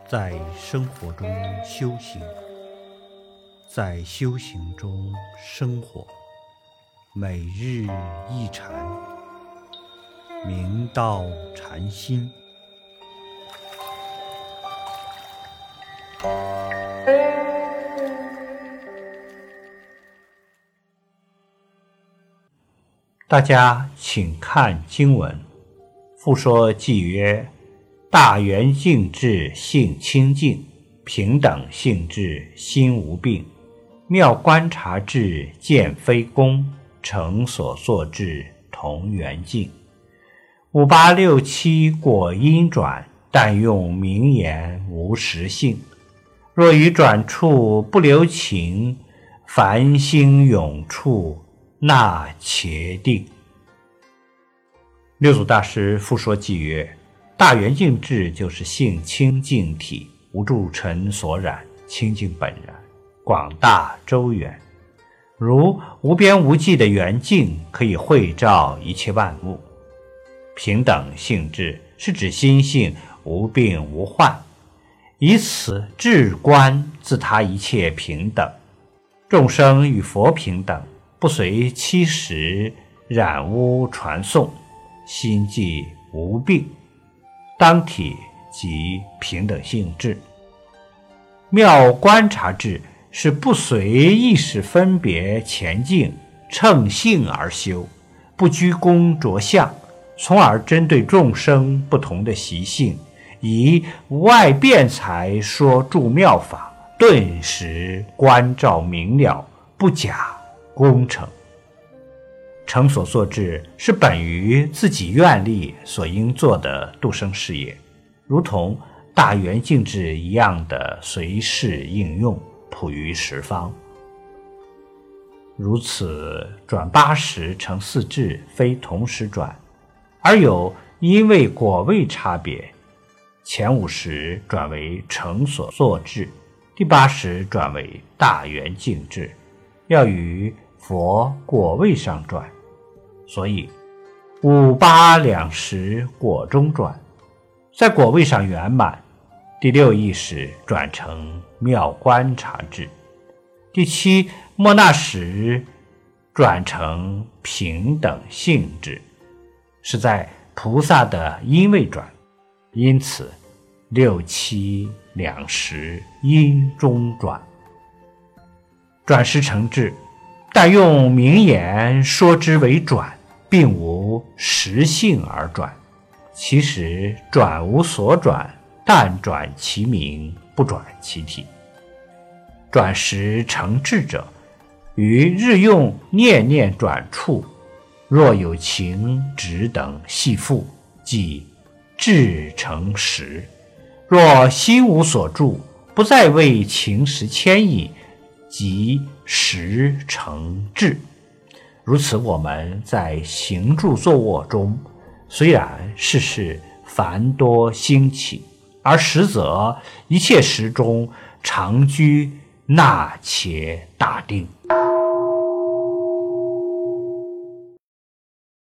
在生活中修行，在修行中生活，每日一禅，明道禅心。大家请看经文。复说偈曰：大圆净智性清净，平等性智心无病，妙观察智见非功，成所作智同圆净。5867果因转，但用名言无实性。若于转处不留情，凡心永处那且定。六祖大师复说偈曰：大圆净智就是性清净体，无诸尘所染，清净本然，广大周远，如无边无际的圆镜，可以慧照一切万物。平等性智是指心性无病无患，以此智观自他一切平等，众生与佛平等，不随欺实染污传送，心即无病，当体即平等性智。妙观察智是不随意识分别前进，乘性而修，不居功着相，从而针对众生不同的习性，以外辩才说著妙法，顿时观照明了，不假功成。成所作智是本于自己愿力所应做的度生事业，如同大圆净智一样的随事应用，普于十方。如此转80成4智非同时转，而有因为果位差别，前50转为成所作智，第80转为大圆净智，要于佛果位上转，所以5820果中转，在果位上圆满。第6意识转成妙观察智，第7末那时转成平等性智，是在菩萨的因位转，因此6720因中转。转时成智，但用名言说之为转，并无实性而转，其实转无所转，但转其名，不转其体。转时成智者，于日用念念转处，若有情执等系缚，即智成实；若心无所住，不再为情识牵引，即实成智。如此我们在行住坐卧中，虽然世事繁多兴起，而实则一切时中常居那且大定。